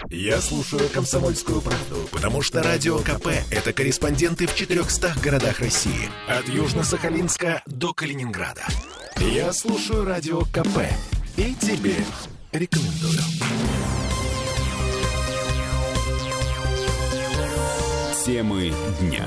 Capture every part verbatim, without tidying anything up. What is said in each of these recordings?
Я слушаю «Комсомольскую правду», потому что Радио КП – это корреспонденты в четырехстах городах России. От Южно-Сахалинска до Калининграда. Я слушаю Радио КП и тебе рекомендую. Темы дня.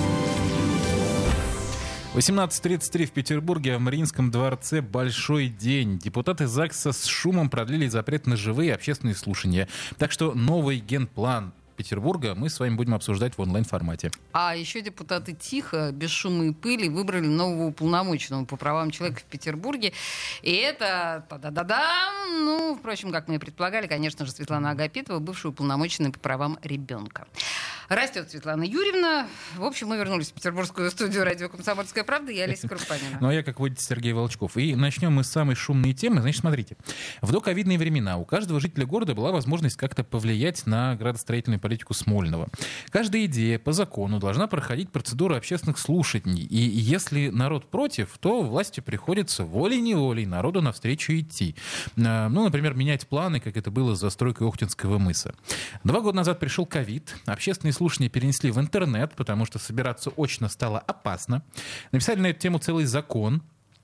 восемнадцать тридцать три в Петербурге, а в Мариинском дворце большой день. Депутаты ЗАГСа с шумом продлили запрет на живые общественные слушания. Так что новый генплан Петербурга мы с вами будем обсуждать в онлайн-формате. А еще депутаты тихо, без шума и пыли, выбрали нового уполномоченного по правам человека в Петербурге. И это, та-да-да-да, ну, впрочем, как мы и предполагали, конечно же, Светлана Агапитова, бывшая уполномоченная по правам ребенка. Растет Светлана Юрьевна. В общем, мы вернулись в петербургскую студию радио «Комсомольская правда». Я Олеся Крупанина. Ну, а я, как водитель, Сергей Волчков. И начнем мы с самой шумной темы. Значит, смотрите. В доковидные времена у каждого жителя города была возможность как-то повлиять на градостроительную политику Смольного. Каждая идея по закону должна проходить процедуру общественных слушаний. И если народ против, то власти приходится волей-неволей народу навстречу идти. Ну, например, менять планы, как это было с застройкой Охтинского мыса. Два года назад пришел ковид. Общественные слушания перенесли в интернет, потому что собираться очно стало опасно. Написали на эту тему целый закон.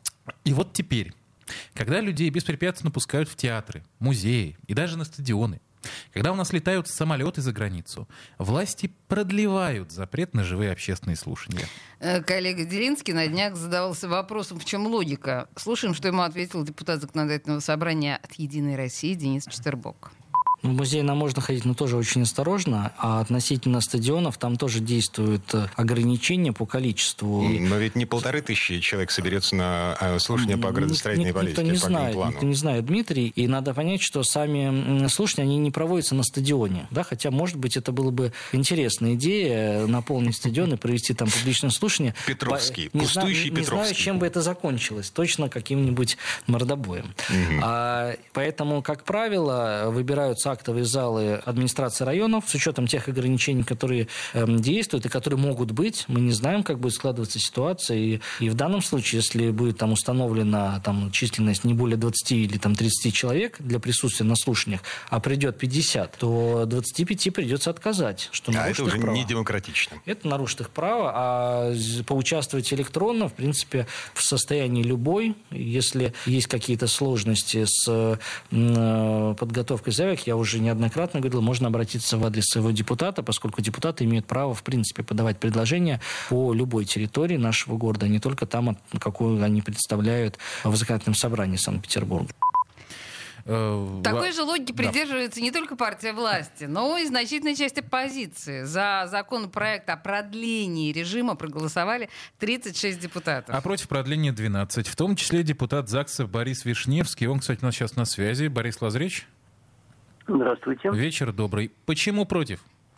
И вот теперь, когда людей беспрепятственно пускают в театры, музеи и даже на стадионы, когда у нас летают самолеты за границу, власти продлевают запрет на живые общественные слушания. Коллега Делинский на днях задавался вопросом, в чем логика. Слушаем, что ему ответил депутат Законодательного собрания от «Единой России» Денис Четербок. В музей нам можно ходить, но тоже очень осторожно. А относительно стадионов там тоже действуют ограничения по количеству. Но ведь не полторы тысячи человек соберется на слушания по градостроительной Ник- политике. Никто не по знает, плану. никто не знает, Дмитрий. И надо понять, что сами слушания, они не проводятся на стадионе. Да? Хотя, может быть, это была бы интересная идея, наполнить стадион и провести там публичное слушание. Петровский, не пустующий знаю, Петровский. Не знаю, чем бы это закончилось. Точно каким-нибудь мордобоем. Угу. А, поэтому, как правило, выбираются актовые залы администрации районов с учетом тех ограничений, которые э, действуют и которые могут быть. Мы не знаем, как будет складываться ситуация. И, и в данном случае, если будет там установлена там, численность не более двадцати или там, тридцати человек для присутствия на слушаниях, а придет пятьдесят, то двадцати пяти придется отказать. Что а это уже права. Не демократично. Это нарушит их право. А поучаствовать электронно, в принципе, в состоянии любой. Если есть какие-то сложности с э, подготовкой заявок, я уже неоднократно говорил, можно обратиться в адрес своего депутата, поскольку депутаты имеют право, в принципе, подавать предложения по любой территории нашего города, а не только там, какую они представляют в законодательном собрании Санкт-Петербурга. Такой же логики да. придерживается не только партия власти, но и значительная часть оппозиции. За законопроект о продлении режима проголосовали тридцать шесть депутатов. А против продления двенадцать. В том числе депутат ЗАГСа Борис Вишневский. Он, кстати, у нас сейчас на связи. Борис Лазаревич? Здравствуйте. Вечер добрый. Почему против?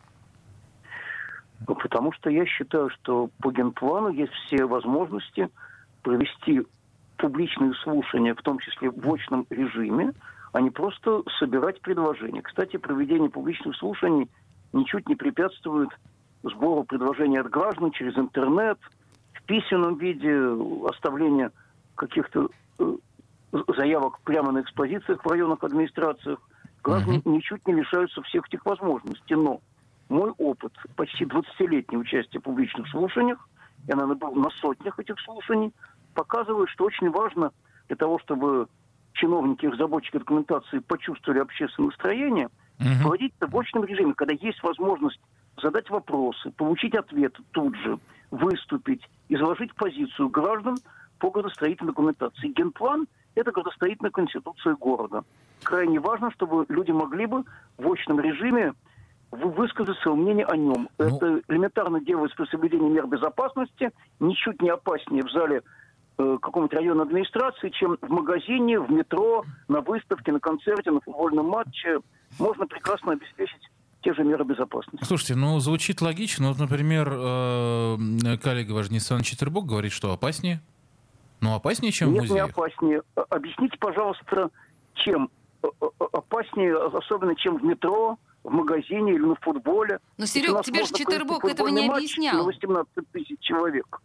Потому что я считаю, что по генплану есть все возможности провести публичные слушания, в том числе в очном режиме, а не просто собирать предложения. Кстати, проведение публичных слушаний ничуть не препятствует сбору предложений от граждан через интернет, в письменном виде, оставление каких-то э, заявок прямо на экспозициях в районных администрациях. Граждане uh-huh. ничуть не лишаются всех этих возможностей. Но мой опыт почти двадцатилетнего участия в публичных слушаниях, я, наверное, был на сотнях этих слушаний, показывает, что очень важно для того, чтобы чиновники и разработчики документации почувствовали общественное настроение, uh-huh. проводить это в очном режиме, когда есть возможность задать вопросы, получить ответы тут же, выступить, изложить позицию граждан по градостроительной документации. Генплан – это градостроительная конституция города. Крайне важно, чтобы люди могли бы в очном режиме высказать свое мнение о нем. Ну... Это элементарно делается при соблюдении мер безопасности, ничуть не опаснее в зале э, какой-нибудь районной администрации, чем в магазине, в метро, на выставке, на концерте, на футбольном матче. Можно прекрасно обеспечить те же меры безопасности. Слушайте, ну звучит логично. Вот, например, э, коллега ваш Денис Иванович Четербок говорит, что опаснее. Ну, опаснее, чем Нет, в музее. не опаснее. Объясните, пожалуйста, чем опаснее, особенно чем в метро, в магазине или на футболе. Ну, Серег, тебе же Четербок этого не объяснял. На восемнадцать тысяч человек.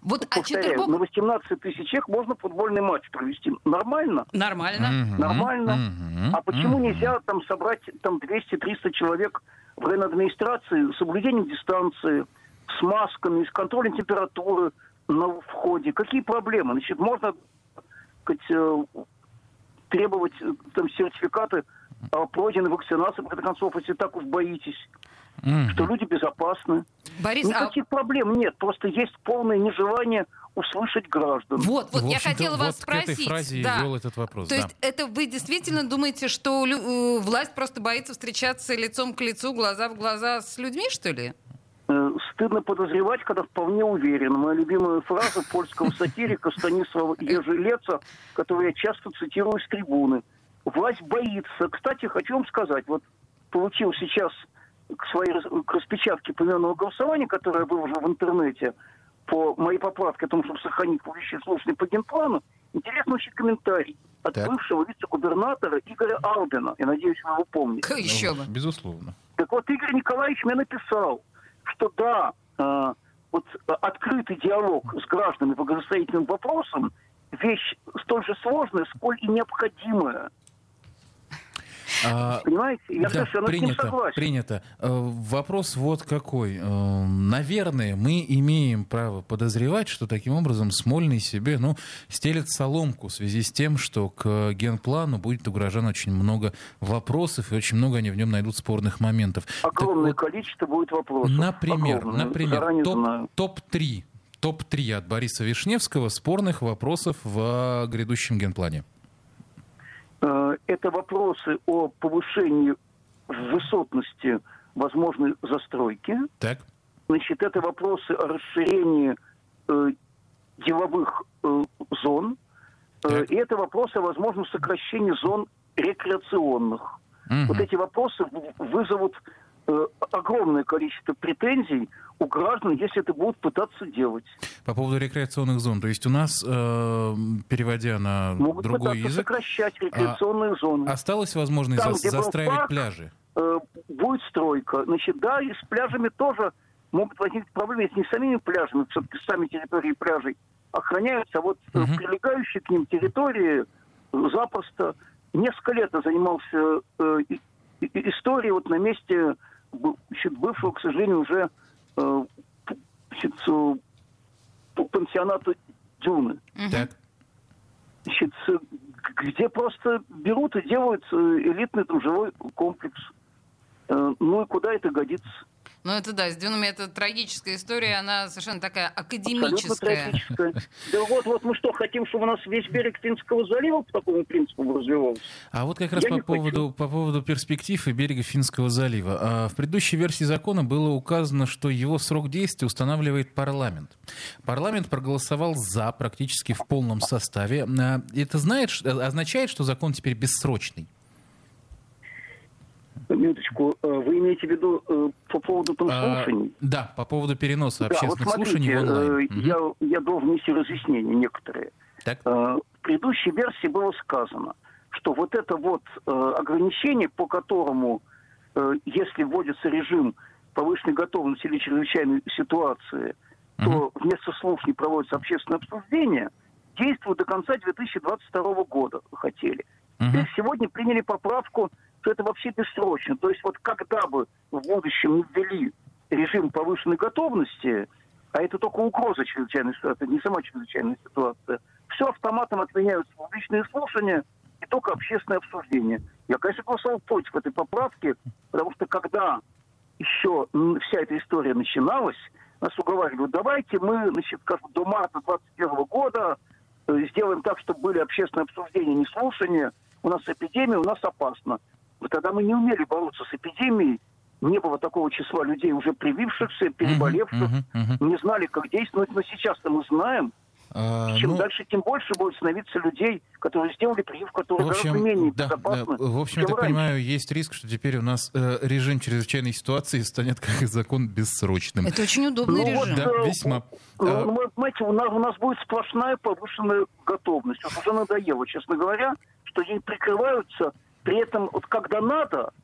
Вот, а Повторяю, Четвербок... на восемнадцать тысяч человек можно футбольный матч провести. Нормально? Нормально. Мгм. Нормально. Мгм. А почему Мгм. нельзя там собрать там двести-триста человек в райадминистрации с соблюдением дистанции, с масками, с контролем температуры на входе? Какие проблемы? Значит, можно, так сказать, э, требовать э, там сертификаты о пройденной вакцинации, в конце концов, если так уж боитесь, Мгм. что люди безопасны. Борис, а... Никаких проблем нет, просто есть полное нежелание услышать граждан. Вот, вот, В я общем-то, хотела вас вот к этой спросить. фразе да. и вел этот вопрос. То да. есть это вы действительно думаете, что лю- э, власть просто боится встречаться лицом к лицу, глаза в глаза с людьми, что ли? Э, Стыдно подозревать, когда вполне уверен. Моя любимая фраза польского сатирика Станислава Ежелеца, которую я часто цитирую с трибуны. Власть боится. Кстати, хочу вам сказать, вот получил сейчас к своей рас- к распечатке поименного голосования, которое я выложил в интернете, по моей поправке о том, чтобы сохранить публичные слушания по генплану, интересный очень комментарий от Так. бывшего вице-губернатора Игоря Албина. Я надеюсь, вы его помните. К- Еще бы. Ну, безусловно. Так вот, Игорь Николаевич мне написал, что да, э, вот э, открытый диалог с гражданами по градостроительным вопросам вещь столь же сложная, сколь и необходимая. А, Понимаете? Я да, совершенно с ним принято, согласен. принято. Э, Вопрос вот какой. Э, Наверное, мы имеем право подозревать, что таким образом Смольный себе, ну, стелет соломку в связи с тем, что к генплану будет угрожано очень много вопросов, и очень много они в нем найдут спорных моментов. Так Огромное вот, количество будет вопросов. например, Огромное. например, Заранее топ, знаю. топ-три, топ-три от Бориса Вишневского спорных вопросов в грядущем генплане. Э, Это вопросы о повышении высотности возможной застройки. Так? Значит, это вопросы о расширении э, деловых э, зон. Э, Так. и это вопросы о возможном сокращении зон рекреационных. Мгм. Вот эти вопросы в- вызовут э, огромное количество претензий у граждан, если это будут пытаться делать. По поводу рекреационных зон. То есть у нас, э, переводя на Могут другой пытаться язык, сокращать рекреационные зоны. осталась возможность Там, за- где был застраивать парк, пляжи. Э, будет стройка. Значит, да, и с пляжами тоже могут возникнуть проблемы, если не с самими пляжами, все-таки сами территории пляжей охраняются, а вот э, Мгм. прилегающие к ним территории э, запросто. Несколько лет я занимался э, и- и- историей вот на месте б- значит, бывшего, к сожалению, уже э, п- значит, э, п- пансионата Дюны. Так. Значит, э, где просто берут и делают э, элитный там жилой комплекс. Э, Ну и куда это годится? Ну это да, с дюнами это трагическая история, она совершенно такая Абсолютно академическая. трагическая. Да вот, вот мы что, хотим, чтобы у нас весь берег Финского залива по такому принципу развивался? А вот как раз Я по не поводу, по поводу перспектив и берега Финского залива. А, В предыдущей версии закона было указано, что его срок действия устанавливает парламент. Парламент проголосовал за практически в полном составе. А, Это знает, ш- означает, что закон теперь бессрочный? Минуточку, э, вы имеете в виду э, по поводу там А, слушаний? Да, по поводу переноса Да, вот общественных смотрите, слушаний в онлайн. э, Мгм. я, я должен нести разъяснения некоторые. Так. Э, В предыдущей версии было сказано, что вот это вот э, ограничение, по которому, э, если вводится режим повышенной готовности или чрезвычайной ситуации, то вместо слушаний проводится общественное обсуждение, действует до конца две тысячи двадцать второго года, хотели. Мгм. Теперь сегодня приняли поправку, что это вообще бессрочно. То есть вот когда бы в будущем не ввели режим повышенной готовности, а это только угроза чрезвычайной ситуации, не сама чрезвычайная ситуация, все автоматом отменяются публичные слушания и только общественное обсуждение. Я, конечно, голосовал против этой поправки, потому что когда еще м, вся эта история начиналась, нас уговаривали, давайте мы, значит, скажем, до марта двадцать первого года э, сделаем так, чтобы были общественные обсуждения, не слушания. У нас эпидемия, у нас опасно. Вот тогда мы не умели бороться с эпидемией, не было такого числа людей, уже привившихся, переболевших, Мгм, мгм, мгм. не знали, как действовать. Но сейчас-то мы знаем. А, Чем ну, дальше, тем больше будет становиться людей, которые сделали прививку, которые В общем, гораздо менее да, безопасны, да. В общем, я чем так раньше. понимаю, есть риск, что теперь у нас э, режим чрезвычайной ситуации станет как закон бессрочным. Это очень удобный Ну, вот, режим. Да, э, весьма. Ну, А, ну, вы понимаете, у нас, у нас будет сплошная повышенная готовность. Вот уже надоело, честно говоря, что ей прикрываются, при этом, вот когда надо,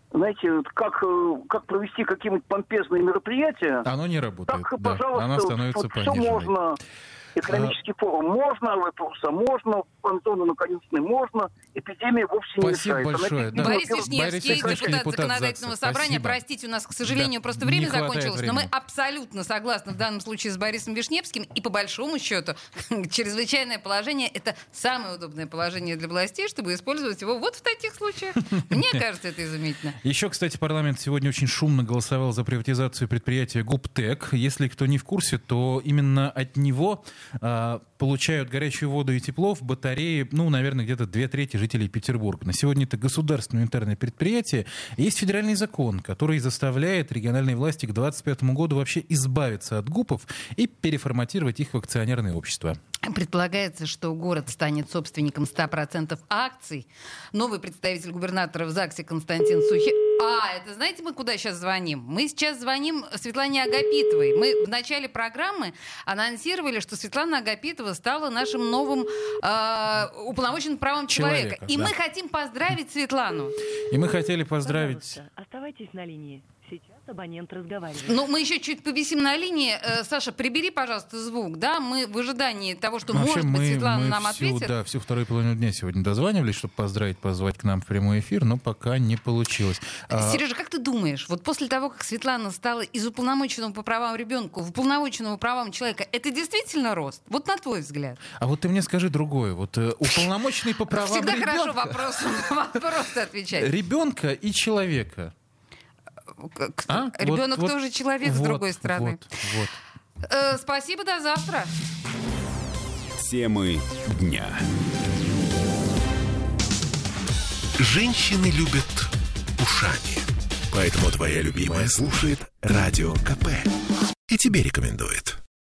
знаете, как, э, как провести какие-нибудь помпезные мероприятия, Оно не работает. так, Да, пожалуйста, она становится вот все пониженной. можно. Экономический форум можно, Латурса можно, Антону Наконечной можно, эпидемия вовсе не Спасибо решается. большое. Да. Борис Борис Вишневский, Вишневский, депутат, депутат законодательного ЗАГСа. собрания. Спасибо. Простите, у нас, к сожалению, Да, просто не время хватает закончилось, но мы времени. абсолютно согласны в данном случае с Борисом Вишневским. И по большому счету, чрезвычайное положение — это самое удобное положение для властей, чтобы использовать его вот в таких случаях. Мне кажется, это изумительно. Еще, кстати, парламент сегодня очень шумно голосовал за приватизацию предприятия ГУПТЭК. Если кто не в курсе, то именно от него а, получают горячую воду и тепло в батарее, ну, наверное, где-то две трети жителей Петербурга. На сегодня это государственное унитарное предприятие. Есть федеральный закон, который заставляет региональные власти к двадцать пятому году вообще избавиться от ГУПов и переформатировать их в акционерные общества. Предполагается, что город станет собственником ста процентов акций. Новый представитель губернатора в ЗАГСе Константин Сухи... А, это знаете, мы куда сейчас звоним? Мы сейчас звоним Светлане Агапитовой. Мы в начале программы анонсировали, что Светлана Агапитова стала нашим новым э, уполномоченным правом человека. Человека, И да. мы хотим поздравить Светлану. И мы хотели поздравить... Пожалуйста, оставайтесь на линии. Сейчас абонент разговаривает. Ну, мы еще чуть повисим на линии. Э, Саша, прибери, пожалуйста, звук. Да, мы в ожидании того, что, Вообще, может быть, мы, Светлана мы нам всю, ответит. да, всю вторую половину дня сегодня дозванивались, чтобы поздравить, позвать к нам в прямой эфир, но пока не получилось. А, Сережа, как ты думаешь, вот после того, как Светлана стала из уполномоченного по правам ребенка в уполномоченного по правам человека, это действительно рост? Вот на твой взгляд. а вот ты мне скажи другое. Вот э, уполномоченный по правам Всегда хорошо ребенка, вопрос, вопросы отвечать. ребенка и человека. К- А? Ребенок Вот- тоже человек, с вот, другой стороны. Вот, вот. Э, спасибо, до завтра. Темы дня. Женщины любят ушами. Поэтому твоя любимая слушает Радио КП. И тебе рекомендует.